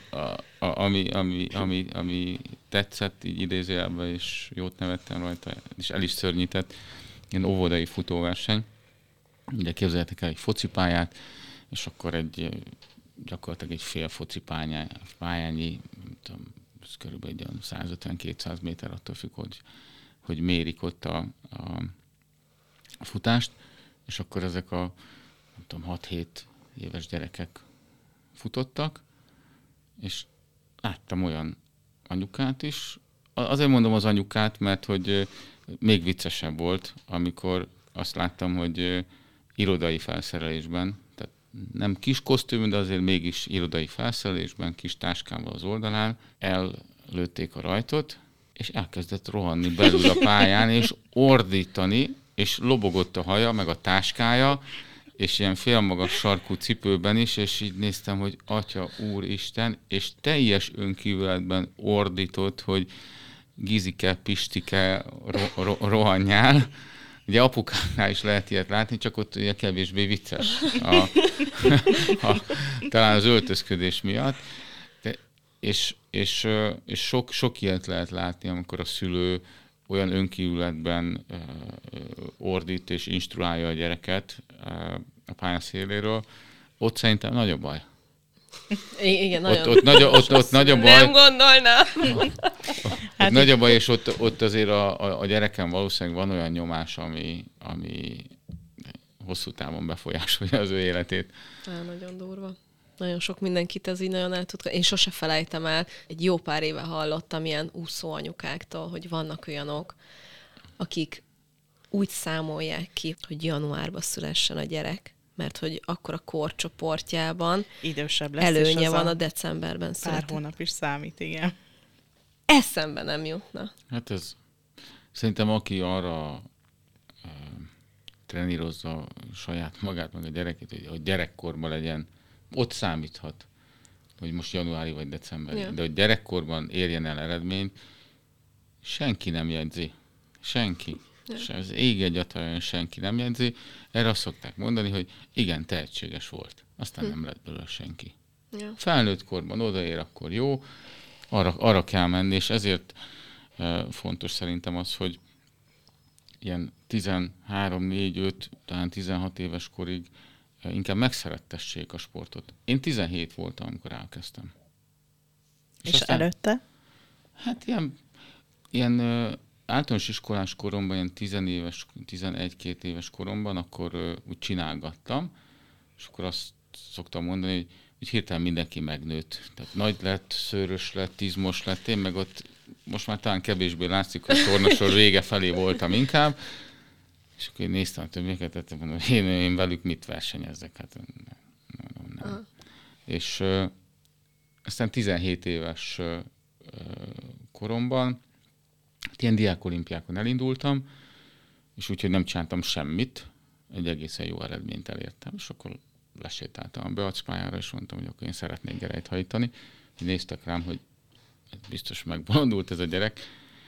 ami tetszett, így idézőjelben, és jót nevettem rajta, és el is szörnyített, ilyen óvodai futóverseny. Ugye képzeljétek el egy focipályát, és akkor gyakorlatilag egy fél focipályányi, nem tudom, ez körülbelül 150-200 méter, attól függ, hogy mérik ott a futást, és akkor ezek a nem tudom, 6-7 éves gyerekek futottak, és láttam olyan anyukát is. Azért mondom az anyukát, mert hogy még viccesebb volt, amikor azt láttam, hogy irodai felszerelésben, tehát nem kis kosztüm, de azért mégis irodai felszerelésben, kis táskával az oldalán ellőtték a rajtot, és elkezdett rohanni belül a pályán, és ordítani, és lobogott a haja, meg a táskája, és ilyen félmagas sarkú cipőben is, és így néztem, hogy Atya, Úristen, és teljes önkívületben ordított, hogy Gizike, Pistike, rohanjál. Ugye apukáknál is lehet ilyet látni, csak ott ugye kevésbé vicces. Talán az öltözködés miatt. És sok ilyet lehet látni, amikor a szülő olyan önkívületben ordít és instruálja a gyereket a pálya széléről. Ott szerintem nagy a baj. Igen, ott nagy a baj. Nem gondolnám. Ott nagy a baj, és ott azért a gyereken valószínűleg van olyan nyomás, ami hosszú távon befolyásolja az ő életét. Nagyon durva. Nagyon sok mindenkit ez így nagyon el tud. Én sose felejtem el, egy jó pár éve hallottam ilyen úszó anyukáktól, hogy vannak olyanok, akik úgy számolják ki, hogy januárban szülessen a gyerek, mert hogy akkor a korcsoportjában idősebb lesz, előnye van a decemberben született. Pár hónap is számít, igen. Eszembe nem jutna. Hát ez szerintem aki arra trenírozza saját magát, meg a gyerekét, hogy gyerekkorban legyen, ott számíthat, hogy most januári vagy decemberi. Ja. De hogy gyerekkorban érjen el eredményt, senki nem jegyzi. Senki. Ja. Az ég egyáltalán senki nem jegyzi. Erre azt szokták mondani, hogy igen, tehetséges volt. Aztán nem lett belőle senki. Ja. Felnőtt korban odaér, akkor jó. Arra kell menni, és ezért fontos szerintem az, hogy ilyen 13, 4, 5, talán 16 éves korig inkább megszerettessék a sportot. Én 17 voltam, amikor elkezdtem. És aztán, előtte? Hát ilyen általános iskolás koromban, ilyen 11-2 éves koromban, akkor úgy csinálgattam, és akkor azt szoktam mondani, hogy hirtelen mindenki megnőtt. Tehát nagy lett, szőrös lett, izmos lett, én meg ott most már talán kevésbé látszik, hogy tornasor vége felé voltam inkább, és akkor én néztem a többieket, tehát mondom, én velük mit versenyezzek? Hát nem. És aztán 17 éves koromban ilyen diákolimpiákon elindultam, és úgyhogy nem csináltam semmit, egy egészen jó eredményt elértem, és akkor lesétáltam a beacpályára, és mondtam, hogy akkor én szeretnék gerelyt hajtani. Így néztek rám, hogy biztos megbolondult ez a gyerek.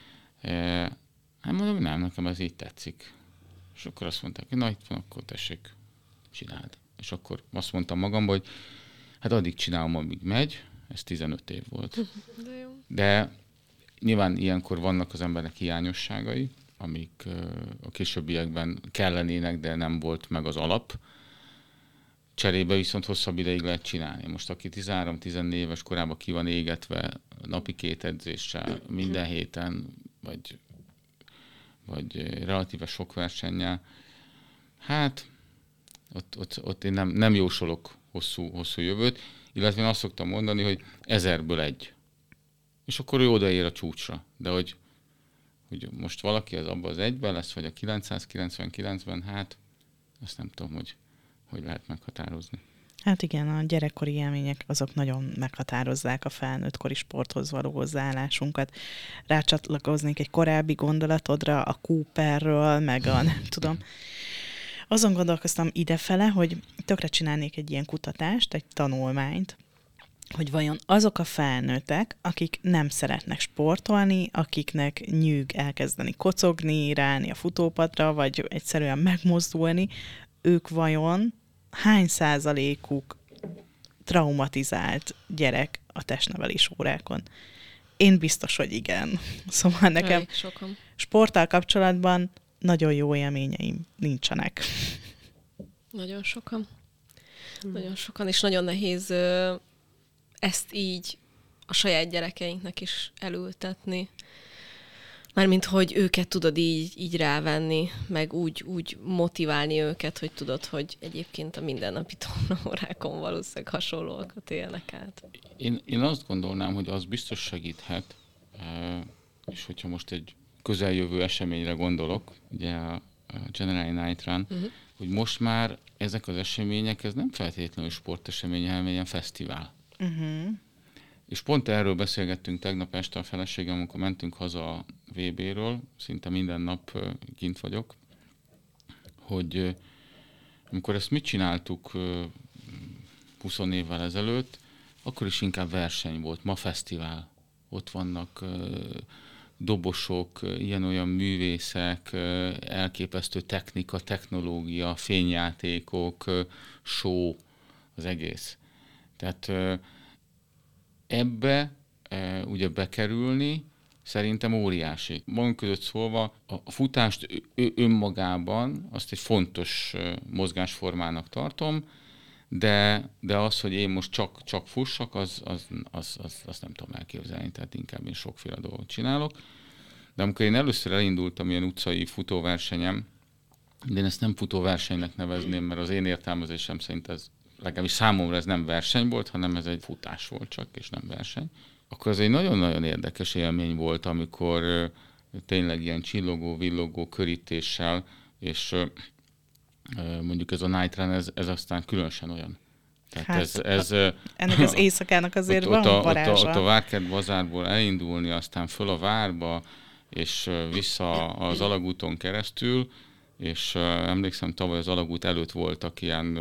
Hát mondom, nem, nekem ez így tetszik. És akkor azt mondták, hogy na itt van, akkor tessék, csináld. És akkor azt mondtam magamban, hogy hát addig csinálom, amíg megy, ez 15 év volt. De nyilván ilyenkor vannak az embernek hiányosságai, amik a későbbiekben kellenének, de nem volt meg az alap. Cserébe viszont hosszabb ideig lehet csinálni. Most aki 13-14 éves korában ki van égetve napi 2 edzéssel, minden héten, vagy relatíve sok versennyel, hát ott én nem jósolok hosszú jövőt, illetve én azt szoktam mondani, hogy 1000-ből 1. És akkor ő odaér a csúcsra. De hogy Hogy most valaki az abban az egyben lesz, vagy a 999-ben, hát azt nem tudom, hogy lehet meghatározni. Hát igen, a gyerekkori élmények azok nagyon meghatározzák a felnőttkori sporthoz való hozzáállásunkat. Rácsatlakoznék egy korábbi gondolatodra, a Cooperről, meg a nem tudom. Azon gondolkoztam idefele, hogy tökre csinálnék egy ilyen kutatást, egy tanulmányt, hogy vajon azok a felnőttek, akik nem szeretnek sportolni, akiknek nyűg elkezdeni kocogni, ráállni a futópadra, vagy egyszerűen megmozdulni, ők vajon hány százalékuk traumatizált gyerek a testnevelés órákon? Én biztos, hogy igen. Szóval nekem sporttal kapcsolatban nagyon jó élményeim nincsenek. Nagyon sokan. Nagyon sokan, és nagyon nehéz ezt így a saját gyerekeinknek is elültetni. Mármint, hogy őket tudod így rávenni, meg úgy motiválni őket, hogy tudod, hogy egyébként a mindennapi tornaórákon valószínűleg hasonlóakat élnek át. Én azt gondolnám, hogy az biztos segíthet, és hogyha most egy közeljövő eseményre gondolok, ugye a Generali Night Run, hogy most már ezek az események, ez nem feltétlenül sportesemény, hanem ilyen fesztivál. És pont erről beszélgettünk tegnap este a feleségem, amikor mentünk haza a VB-ről, szinte minden nap kint vagyok, hogy amikor ezt mit csináltuk 20 évvel ezelőtt, akkor is inkább verseny volt, ma fesztivál. Ott vannak dobosok, ilyen-olyan művészek, elképesztő technika, technológia, fényjátékok, show, az egész. Tehát ebbe ugye bekerülni szerintem óriási. Magunk között szólva, a futást önmagában azt egy fontos mozgásformának tartom, de az, hogy én most csak fussak, azt nem tudom elképzelni, tehát inkább én sokféle dolgot csinálok. De amikor én először elindultam ilyen utcai futóversenyem, de én ezt nem futóversenynek nevezném, mert az én értelmezésem szerint ez, legalábbis számomra ez nem verseny volt, hanem ez egy futás volt csak, és nem verseny. Akkor ez egy nagyon-nagyon érdekes élmény volt, amikor tényleg ilyen csillogó, villogó körítéssel, és mondjuk ez a Night Run, ez aztán különösen olyan. Tehát hát, ennek az éjszakának azért van varázsa. Ott a Várkert bazárból elindulni, aztán föl a várba, és vissza az Alagúton keresztül, és emlékszem, tavaly az Alagút előtt voltak ilyen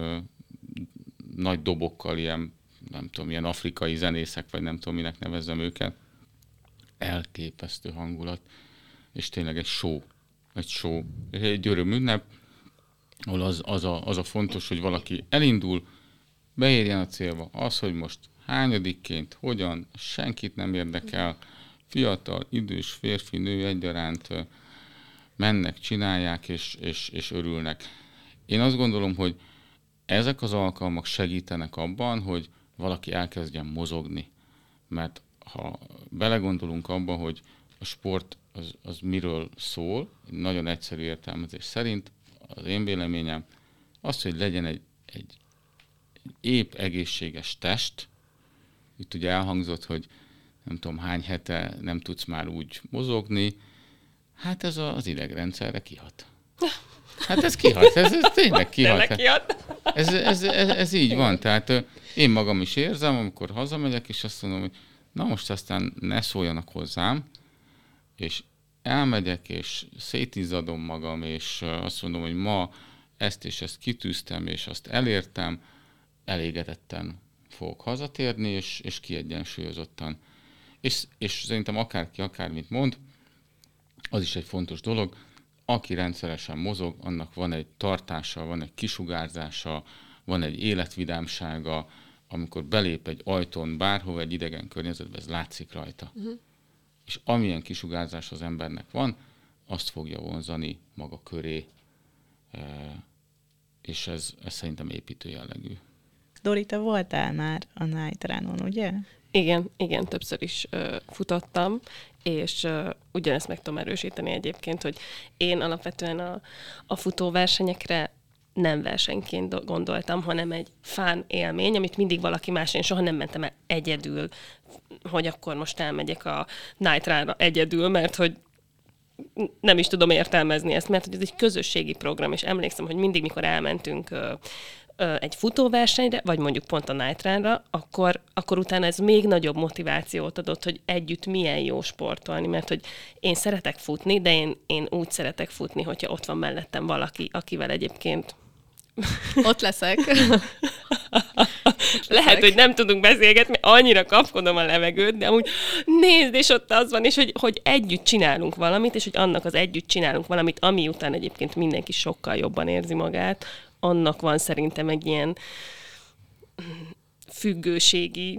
nagy dobokkal, ilyen, nem tudom, ilyen afrikai zenészek, vagy nem tudom, minek nevezzem őket. Elképesztő hangulat, és tényleg egy show, egy örömünnep, ahol az a fontos, hogy valaki elindul, beérjen a célba. Az, hogy most hányadikként, hogyan, senkit nem érdekel, fiatal, idős, férfi, nő egyaránt mennek, csinálják, és örülnek. Én azt gondolom, hogy ezek az alkalmak segítenek abban, hogy valaki elkezdjen mozogni. Mert ha belegondolunk abba, hogy a sport az miről szól, nagyon egyszerű értelmezés szerint, az én véleményem az, hogy legyen egy épp egészséges test. Itt ugye elhangzott, hogy nem tudom hány hete nem tudsz már úgy mozogni. Hát ez az idegrendszerre kihat. Hát ez kihat, ez tényleg kihat. Ez így van, tehát én magam is érzem, amikor hazamegyek, és azt mondom, hogy na most aztán ne szóljanak hozzám, és elmegyek, és szétizzadom magam, és azt mondom, hogy ma ezt és ezt kitűztem, és azt elértem, elégedetten fogok hazatérni, és kiegyensúlyozottan. És szerintem akárki akármit mond, az is egy fontos dolog, aki rendszeresen mozog, annak van egy tartása, van egy kisugárzása, van egy életvidámsága, amikor belép egy ajtón bárhova, egy idegen környezetbe, ez látszik rajta. És amilyen kisugárzás az embernek van, azt fogja vonzani maga köré, és ez szerintem építő jellegű. Dori, te voltál már a Night Runon, ugye? Igen, többször is futottam, és ugyanezt meg tudom erősíteni egyébként, hogy én alapvetően a futóversenyekre nem versenyként gondoltam, hanem egy fun élmény, amit mindig valaki más, én soha nem mentem el egyedül, hogy akkor most elmegyek a Night Runra egyedül, mert hogy nem is tudom értelmezni ezt, mert hogy ez egy közösségi program, és emlékszem, hogy mindig, mikor elmentünk egy futóversenyre, vagy mondjuk pont a Night Run-ra, akkor utána ez még nagyobb motivációt adott, hogy együtt milyen jó sportolni, mert hogy én szeretek futni, de én úgy szeretek futni, hogyha ott van mellettem valaki, akivel egyébként ott leszek. Lehet, hogy nem tudunk beszélgetni, annyira kapkodom a levegőt, de amúgy nézd, és ott az van, és hogy együtt csinálunk valamit, és hogy annak az együtt csinálunk valamit, ami után egyébként mindenki sokkal jobban érzi magát, annak van szerintem egy ilyen függőségi,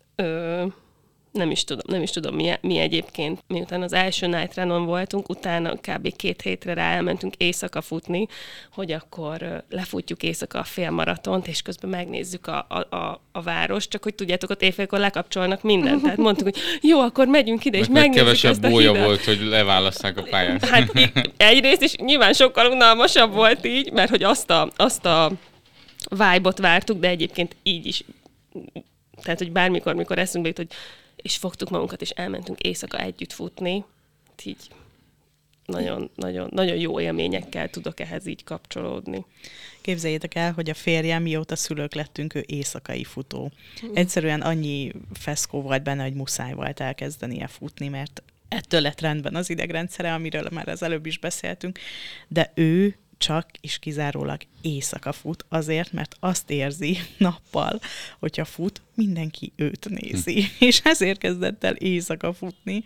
nem is tudom mi egyébként. Miután az első Night Run-on voltunk, utána kb. 2 hétre rá elmentünk éjszaka futni, hogy akkor lefutjuk éjszaka a félmaratont, és közben megnézzük a várost, csak hogy tudjátok, ott éjfélkor lekapcsolnak mindent. Tehát mondtuk, hogy jó, akkor megyünk ide, és megnézzük kevesebb ezt a bója hidat. volt, hogy leválasszák a pályát. Hát egyrészt, és nyilván sokkal unalmasabb volt így, mert hogy azt a vibe-ot vártuk, de egyébként így is, tehát, hogy bármikor, mikor eszünkbe jut, hogy és fogtuk magunkat, és elmentünk éjszaka együtt futni. Így nagyon, nagyon, nagyon jó élményekkel tudok ehhez így kapcsolódni. Képzeljétek el, hogy a férjem, mióta szülők lettünk, ő éjszakai futó. Egyszerűen annyi feszkó volt benne, hogy muszáj volt elkezdenie futni, mert ettől lett rendben az idegrendszere, amiről már az előbb is beszéltünk, de ő csak és kizárólag éjszaka fut, azért, mert azt érzi nappal, hogyha fut, mindenki őt nézi. És ezért kezdett el éjszaka futni.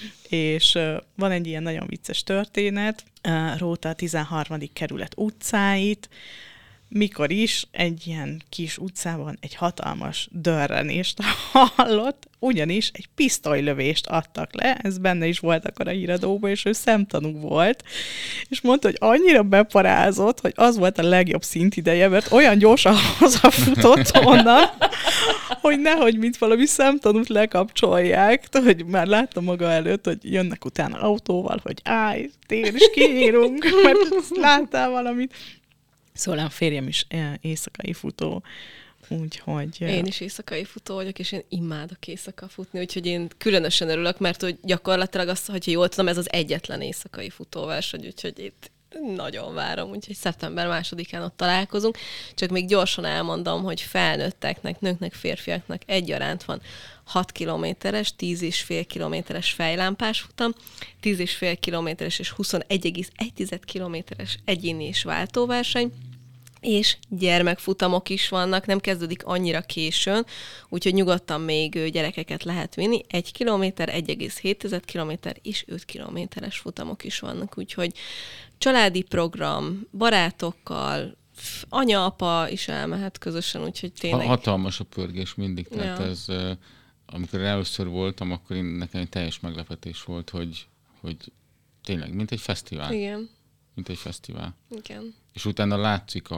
És van egy ilyen nagyon vicces történet, Róta a 13. kerület utcáit, mikor is egy ilyen kis utcában egy hatalmas dörrenést hallott, ugyanis egy pisztolylövést adtak le, ez benne is volt akkor a híradóban, és ő szemtanú volt, és mondta, hogy annyira beparázott, hogy az volt a legjobb szintideje, mert olyan gyorsan hazafutott onnan, hogy nehogy mint valami szemtanút lekapcsolják, hogy már látta maga előtt, hogy jönnek utána autóval, hogy állj, tér is kiírunk, mert láttál valamit. Szóval a férjem is éjszakai futó, úgyhogy... Én is éjszakai futó vagyok, és én imádok éjszaka futni, úgyhogy én különösen örülök, mert hogy gyakorlatilag azt, hogyha jól tudom, ez az egyetlen éjszakai futóverseny, úgyhogy itt nagyon várom, úgyhogy szeptember 2-án ott találkozunk. Csak még gyorsan elmondom, hogy felnőtteknek, nőknek, férfiaknak egyaránt van 6 kilométeres, 10,5 kilométeres fejlámpás futam, 10,5 kilométeres és 21,1 kilométeres egyéni és váltóverseny, és gyermekfutamok is vannak, nem kezdődik annyira későn, úgyhogy nyugodtan még gyerekeket lehet vinni. 1 kilométer, 1,7 kilométer és 5 kilométeres futamok is vannak, úgyhogy családi program, barátokkal, anya-apa is elmehet közösen, úgyhogy tényleg... Hatalmas a pörgés mindig, tehát ja. ez, amikor először voltam, akkor nekem egy teljes meglepetés volt, hogy tényleg, mint egy fesztivál. Igen. Mint egy fesztivál. Igen. És utána látszik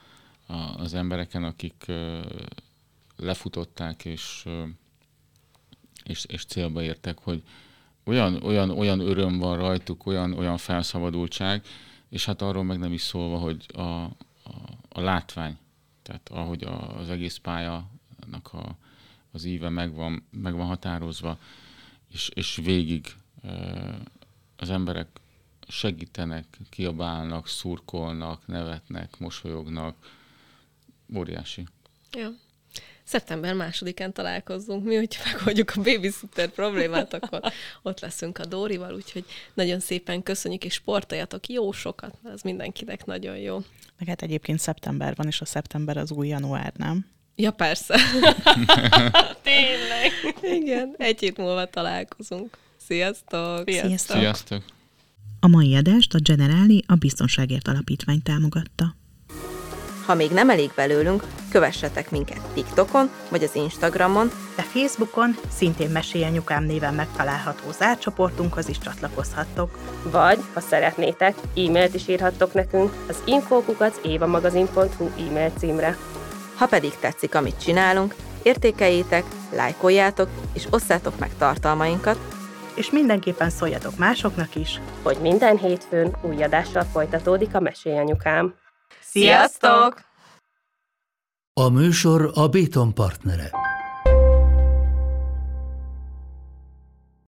az embereken, akik lefutották és célba értek, hogy olyan öröm van rajtuk, olyan felszabadultság, és hát arról meg nem is szólva, hogy a látvány, tehát ahogy az egész pályának az íve meg van határozva, és végig az emberek segítenek, kiabálnak, szurkolnak, nevetnek, mosolyognak. Óriási. Ja. Szeptember 2-án találkozzunk mi, hogyha megoldjuk a babysitter problémát, akkor ott leszünk a Dórival, úgyhogy nagyon szépen köszönjük, és sportoljatok jó sokat, mert ez mindenkinek nagyon jó. Meg hát egyébként szeptember van, és a szeptember az új január, nem? Ja, persze. Tényleg. Igen, 1 hét múlva találkozunk. Sziasztok! Sziasztok! Sziasztok! A mai adást a Generali a Biztonságért Alapítvány támogatta. Ha még nem elég belőlünk, kövessetek minket TikTokon vagy az Instagramon, de Facebookon szintén Mesélj Anyukám néven megtalálható zárt csoportunkhoz is csatlakozhattok. Vagy, ha szeretnétek, e-mailt is írhattok nekünk az info@évamagazin.hu e-mail címre. ha pedig tetszik, amit csinálunk, értékeljétek, lájkoljátok és osszátok meg tartalmainkat, És mindenképpen szóljatok másoknak is, Hogy minden hétfőn új adással folytatódik a Mesélj Anyukám. Sziasztok! A műsor a Béton partnere.